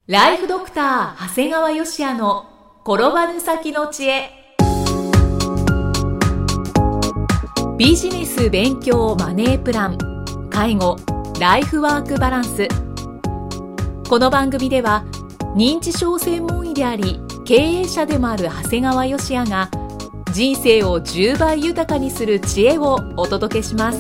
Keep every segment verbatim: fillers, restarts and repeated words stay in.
ライフドクター長谷川芳也の転ばぬ先の知恵。ビジネス勉強マネープラン、介護、ライフワークバランス。この番組では認知症専門医であり経営者でもある長谷川芳也が人生をじゅうばい豊かにする知恵をお届けします。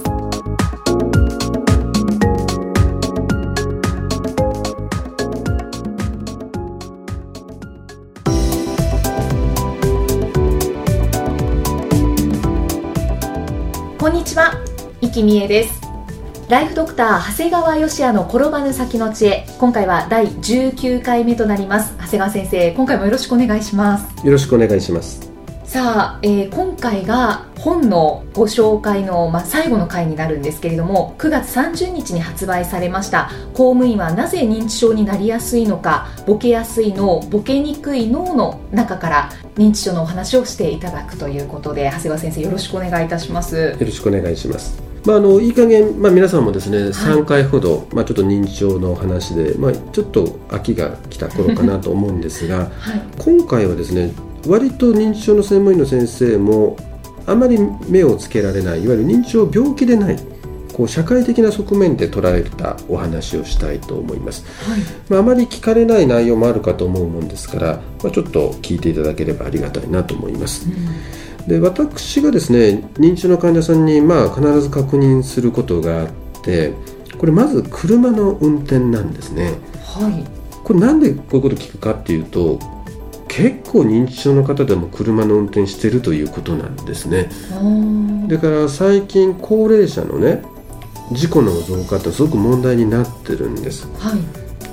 こんにちは、生きみえです。ライフドクター長谷川芳也の転ばぬ先の知恵、今回はだいじゅうきゅうかいめとなります。長谷川先生、今回もよろしくお願いします。 よろしくお願いします。 さあ、えー、今回が本のご紹介の、まあ、最後の回になるんですけれども、くがつさんじゅうにちに発売されました公務員はなぜ認知症になりやすいのか、ボケやすい脳、ボケにくい脳の中から認知症のお話をしていただくということで、長谷川先生、よろしくお願いいたします。よろしくお願いします。まあ、あのいい加減、まあ、皆さんもですね、はい、さんかいほど、まあ、ちょっと認知症の話で、まあ、ちょっと飽きが来た頃かなと思うんですが、はい、今回はですね、割と認知症の専門医の先生もあまり目をつけられない、いわゆる認知症病気でない、こう社会的な側面で捉えたお話をしたいと思います。はい、まあ、あまり聞かれない内容もあるかと思うもんですから、まあ、ちょっと聞いていただければありがたいなと思います。うん、で私がですね、認知症の患者さんにまあ必ず確認することがあって、これまず車の運転なんですね。はい、これなんでこういうことを聞くかっていうと、結構認知症の方でも車の運転してるということなんですね。だから最近高齢者のね、事故の増加ってすごく問題になってるんです。はい、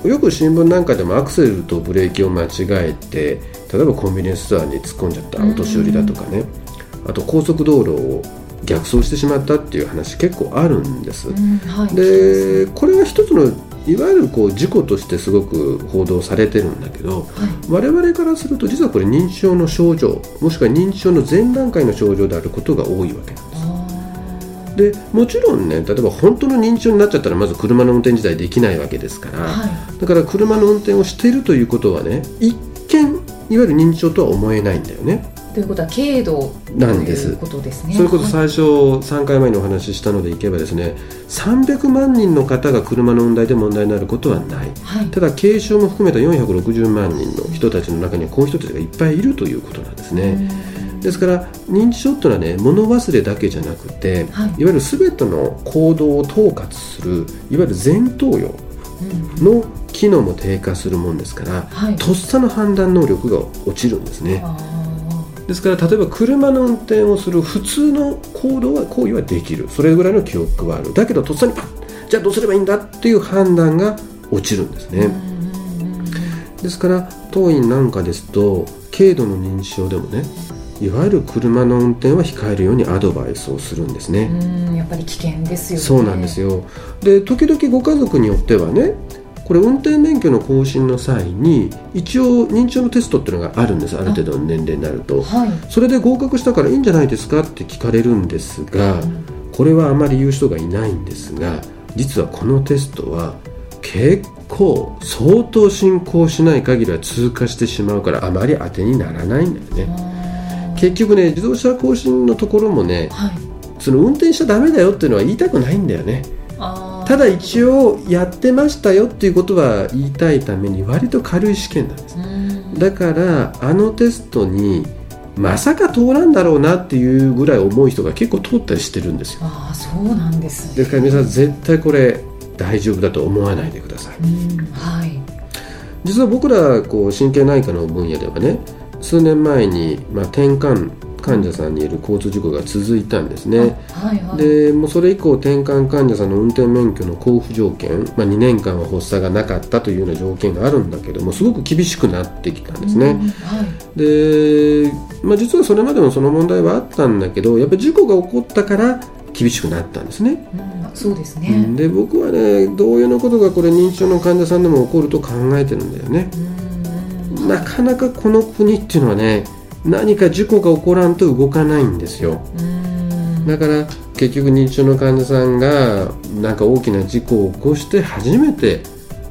よく新聞なんかでもアクセルとブレーキを間違えて、例えばコンビニエンスストアに突っ込んじゃったお年寄りだとかね、あと高速道路を逆走してしまったっていう話結構あるんです。うん、はい、でこれは一つのいわゆるこう事故としてすごく報道されてるんだけど、はい、我々からすると実はこれ認知症の症状、もしくは認知症の前段階の症状であることが多いわけなんです。でもちろんね、例えば本当の認知症になっちゃったらまず車の運転自体できないわけですから、はい、だから車の運転をしているということはね、一見いわゆる認知症とは思えないんだよね。 ということは軽度なんです。ということですね。 それこそ最初さんかいまえにお話ししたのでいけばですね、さんびゃくまんにんの方が車の運転で問題になることはない。はい、ただ軽症も含めたよんひゃくろくじゅうまんにんの人たちの中にはこういう人たちがいっぱいいるということなんですね。ですから認知症ってのはね、物忘れだけじゃなくて、はい、いわゆる全ての行動を統括するいわゆる前頭葉の機能も低下するもんですから、はい、とっさの判断能力が落ちるんですね。ですから例えば車の運転をする普通の行動は行為はできる、それぐらいの記憶はある。だけどとっさにパッ、じゃあどうすればいいんだっていう判断が落ちるんですね。ですから当院なんかですと軽度の認知症でもね、いわゆる車の運転は控えるようにアドバイスをするんですね。 うん、やっぱり危険ですよね。 そうなんですよ。で時々ご家族によってはね、これ運転免許の更新の際に一応認知症のテストっていうのがあるんです。ある程度の年齢になると、はい、それで合格したからいいんじゃないですかって聞かれるんですが、うん、これはあまり言う人がいないんですが、実はこのテストは結構相当進行しない限りは通過してしまうから、あまり当てにならないんだよね。結局ね、自動車更新のところもね、はい、その運転しちゃダメだよっていうのは言いたくないんだよね。ただ一応やってましたよっていうことは言いたいために割と軽い試験なんです。だからあのテストにまさか通らんだろうなっていうぐらい重い人が結構通ったりしてるんですよ。 ああ、そうなんですね。 ですから皆さん絶対これ大丈夫だと思わないでください。うん、はい、実は僕らこう神経内科の分野ではね、数年前に、まあ、転換患者さんによる交通事故が続いたんですね。はいはい、でもうそれ以降転換患者さんの運転免許の交付条件、まあ、にねんかんは発作がなかったというような条件があるんだけども、すごく厳しくなってきたんですね。うん、はい、で、まあ、実はそれまでもその問題はあったんだけど、やっぱり事故が起こったから厳しくなったんですね。 うん、そうですね。 で僕はね、同様のことがこれ認知症の患者さんでも起こると考えてるんだよね。うん、なかなかこの国っていうのはね、何か事故が起こらんと動かないんですよ。うーん、だから結局認知症の患者さんがなんか大きな事故を起こして初めて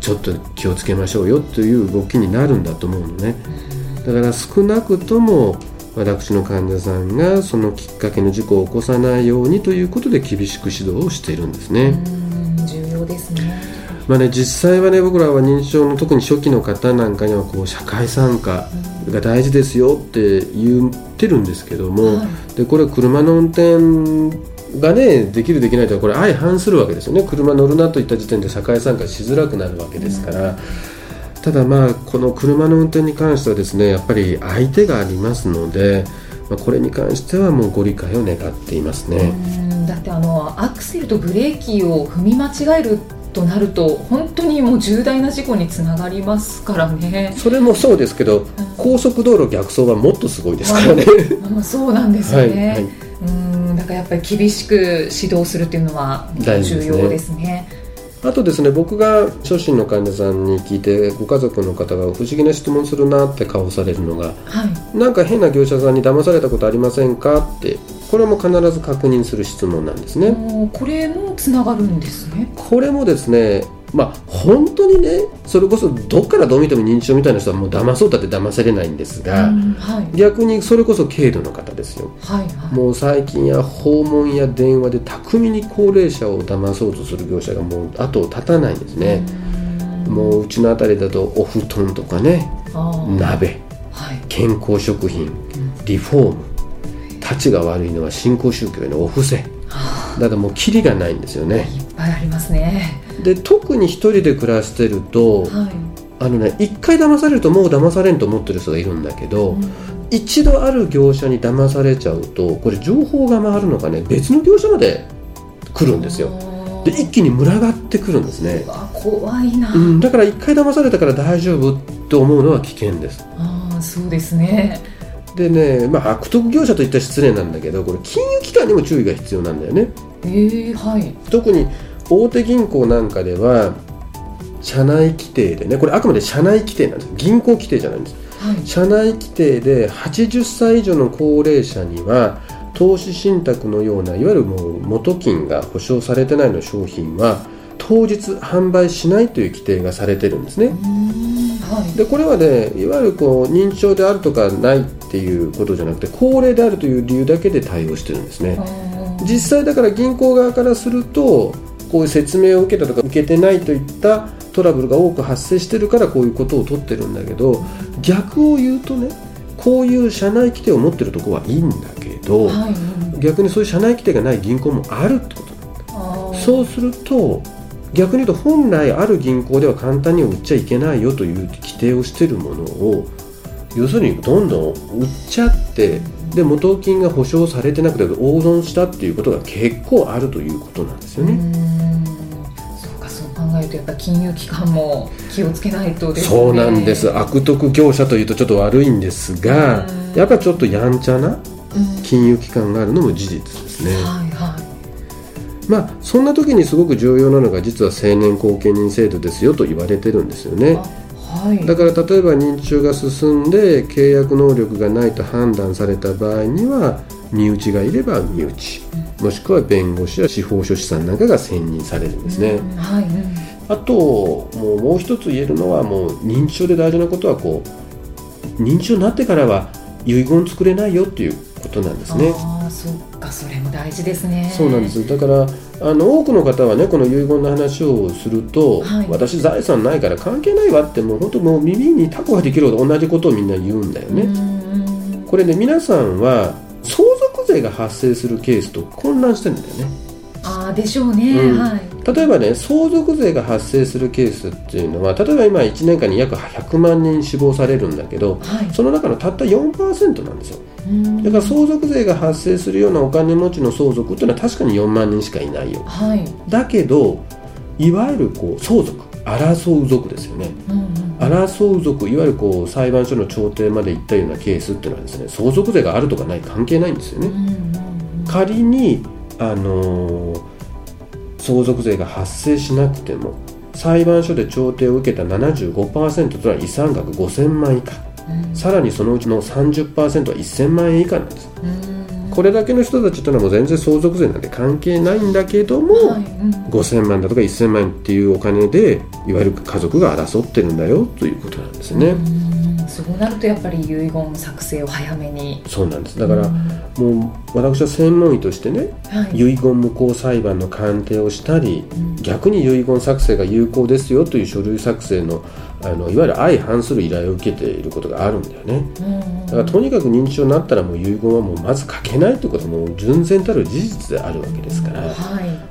ちょっと気をつけましょうよという動きになるんだと思うのね。だから少なくとも私の患者さんがそのきっかけの事故を起こさないようにということで厳しく指導をしているんですね。 うん、重要ですね。 まあね、実際はね、僕らは認知症の特に初期の方なんかにはこう社会参加が大事ですよって言ってるんですけども、はい、でこれ車の運転がねできるできないとはこれ相反するわけですよね。車乗るなといった時点で社会参加しづらくなるわけですから、うん、ただまあこの車の運転に関してはですね、やっぱり相手がありますので、まあ、これに関してはもうご理解を願っていますね。 うん、だってあのアクセルとブレーキを踏み間違えるとなると本当にもう重大な事故につながりますからね。 それもそうですけど、うん、高速道路逆走はもっとすごいですからね。 まあ、そうなんですよね、 はいはい、 うん、だからやっぱり厳しく指導するっていうのは重要ですね。 あとですね、僕が初診の患者さんに聞いてご家族の方が不思議な質問するなって顔されるのが、はい、なんか変な業者さんに騙されたことありませんかって、これも必ず確認する質問なんですね。 これもつながるんですね。 これもですね、まあ、本当にね、それこそどっからどう見ても認知症みたいな人はもう騙そうだって騙せれないんですが、うんはい、逆にそれこそ軽度の方ですよ、はいはい、もう最近や訪問や電話で巧みに高齢者を騙そうとする業者がもう後を絶たないんですね。うもううちのあたりだとお布団とかね、鍋、はい、健康食品、リフォーム、たちが悪いのは新興宗教へのお布施、だからもうキリがないんですよね。 いっぱいありますね。 で特に一人で暮らしてると、はい、あのね、一回騙されるともう騙されんと思ってる人がいるんだけど、うん、一度ある業者に騙されちゃうとこれ情報が回るのがね別の業者まで来るんですよ。で一気に群がってくるんですね。 怖いな、 うん、だから一回騙されたから大丈夫と思うのは危険です。 ああ、そうですね。 でね、まあ、悪徳業者といったら失礼なんだけど、これ金融機関にも注意が必要なんだよね。 えーはい、 特に大手銀行なんかでは社内規定でね、これあくまで社内規定なんです。銀行規定じゃないんです、はい、社内規定ではちじゅっさい以上の高齢者には投資信託のようないわゆるもう元金が保証されてないの商品は当日販売しないという規定がされてるんですね。うーん、はい、でこれはね、いわゆるこう認知症であるとかないっていうことじゃなくて高齢であるという理由だけで対応してるんですね。実際だから銀行側からするとこういう説明を受けたとか受けてないといったトラブルが多く発生してるからこういうことを取ってるんだけど、逆を言うとね、こういう社内規定を持ってるところはいいんだけど、はい、逆にそういう社内規定がない銀行もあるってことなんだ。そうすると逆に言うと本来ある銀行では簡単に売っちゃいけないよという規定をしているものを要するにどんどん売っちゃって、で元金が保証されてなくて大損したっていうことが結構あるということなんですよね。うーん、 そうか、そう考えるとやっぱ金融機関も気をつけないとですね。 そうなんです。悪徳業者というとちょっと悪いんですが、やっぱりちょっとやんちゃな金融機関があるのも事実ですね。はいはい。まあ、そんな時にすごく重要なのが実は成年後見人制度ですよと言われてるんですよね。はい、だから例えば認知症が進んで契約能力がないと判断された場合には身内がいれば身内、もしくは弁護士や司法書士さんなんかが選任されるんですね。うん、はい、うん、あともう、もう一つ言えるのはもう認知症で大事なことはこう認知症になってからは遺言作れないよっていうことなんですね。 ああ、そうか、それも大事ですね。 そうなんです。だからあの多くの方はねこの遺言の話をすると、はい、私財産ないから関係ないわってもう本当もう耳にタコができるほど同じことをみんな言うんだよね。うん、これね、皆さんは相続税が発生するケースと混乱してるんだよね。 ああ、でしょうね。うん、はい。 例えばね、相続税が発生するケースっていうのは例えば今いちねんかんに約ひゃくまんにん死亡されるんだけど、はい、その中のたった よんパーセント なんですよ。だから相続税が発生するようなお金持ちの相続っていうのは確かによんまんにんしかいないよ。はい、だけどいわゆるこう相続、争う族ですよね。うんうん、争う族、いわゆるこう裁判所の調停まで行ったようなケースっていうのはですね、相続税があるとかない関係ないんですよね。うんうんうん、仮にあのー、相続税が発生しなくても裁判所で調停を受けた ななじゅうごパーセント というのは遺産額ごせんまん以下、うん、さらにそのうちの さんじゅっパーセント はせんまんえん以下なんです。うん、 これだけの人たちというのはもう全然相続税なんて関係ないんだけども、はいうん、ごせんまんだとかせんまんっていうお金でいわゆる家族が争ってるんだよということなんですね。 うんそうなるとやっぱり遺言作成を早めに。 そうなんです。だから、うん、もう私は専門医としてね、はい、遺言無効裁判の鑑定をしたり、うん、逆に遺言作成が有効ですよという書類作成のあのいわゆる相反する依頼を受けていることがあるんだよね、うん、だからとにかく認知症になったらもう遺言はもうまず書けないということはもう純然たる事実であるわけですから、うんはい、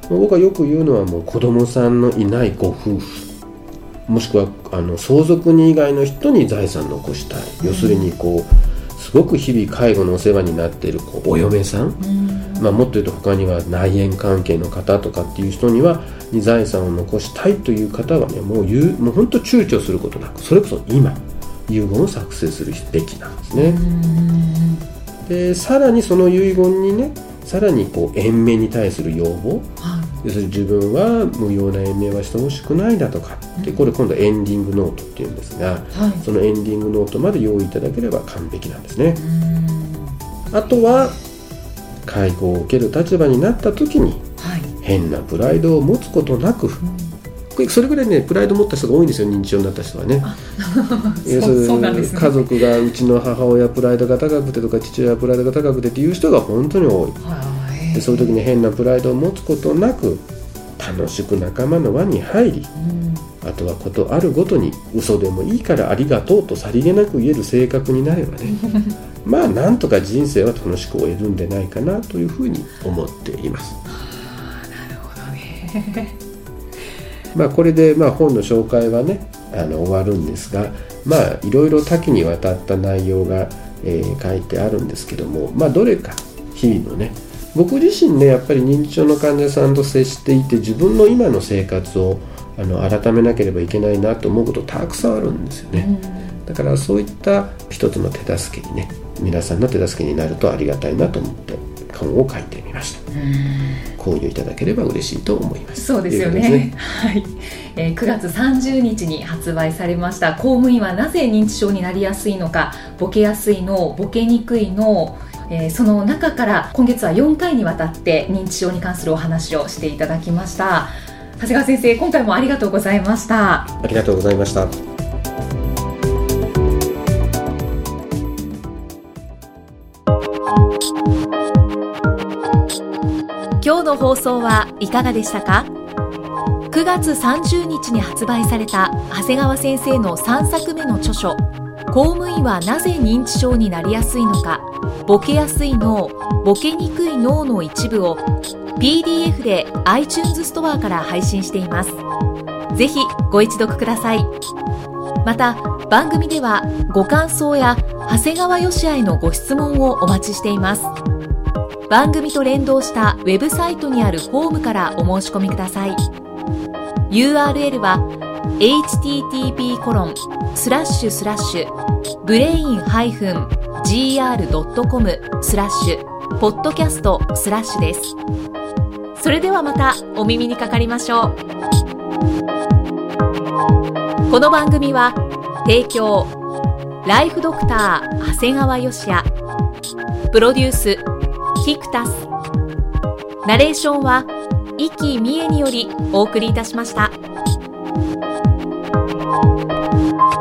僕はよく言うのはもう子供さんのいないご夫婦もしくはあの相続人以外の人に財産を残したい、うん、要するにこうすごく日々介護のお世話になっているこうお嫁さん、うんまあ、もっと言うと他には内縁関係の方とかっていう人にはに財産を残したいという方はねもう言うもう本当躊躇することなくそれこそ今遺言を作成するべきなんですね。うんでさらにその遺言にねさらにこう延命に対する要望、はい要するに自分は無用な延命はしてほしくないだとかでこれ今度エンディングノートっていうんですが、はい、そのエンディングノートまで用意いただければ完璧なんですね。あとは介護を受ける立場になった時に、はい、変なプライドを持つことなく、うん、それぐらいねプライドを持った人が多いんですよ認知症になった人はね。そうそうなんですね。家族がうちの母親プライドが高くてとか父親プライドが高くてっていう人が本当に多い。はいでそういう時に変なプライドを持つことなく楽しく仲間の輪に入り、うん、あとはことあるごとに嘘でもいいからありがとうとさりげなく言える性格になればねまあなんとか人生は楽しく終えるんでないかなというふうに思っています。 あなるほどねまあこれでまあ本の紹介はねあの終わるんですがまあいろいろ多岐にわたった内容が、えー、書いてあるんですけどもまあどれか日々のね僕自身ねやっぱり認知症の患者さんと接していて自分の今の生活をあの改めなければいけないなと思うことたくさんあるんですよね、うん、だからそういった一つの手助けにね皆さんの手助けになるとありがたいなと思って本を書いてみました、うん、購入いただければ嬉しいと思います。 そうですよね、ねはいえー、くがつさんじゅうにちに発売されました公務員はなぜ認知症になりやすいのかボケやすい脳ボケにくい脳えー、その中から今月はよんかいにわたって認知症に関するお話をしていただきました。長谷川先生今回もありがとうございました。 ありがとうございました。 今日の放送はいかがでしたか？くがつさんじゅうにちに発売された長谷川先生のさんさくめの著書公務員はなぜ認知症になりやすいのかボケやすい脳ボケにくい脳の一部を ピーディーエフ で iTunes ストアから配信しています。ぜひご一読ください。また番組ではご感想や長谷川よしあへのご質問をお待ちしています。番組と連動したウェブサイトにあるフォームからお申し込みください。 ユーアールエル は エイチティーティーピーコロンスラッシュスラッシュブレインハイフンジーアールドットコムスラッシュポッドキャストスラッシュです。それではまたお耳にかかりましょう。この番組は提供ライフドクター長谷川よしあプロデュースキクタスナレーションは生きみえによりお送りいたしました。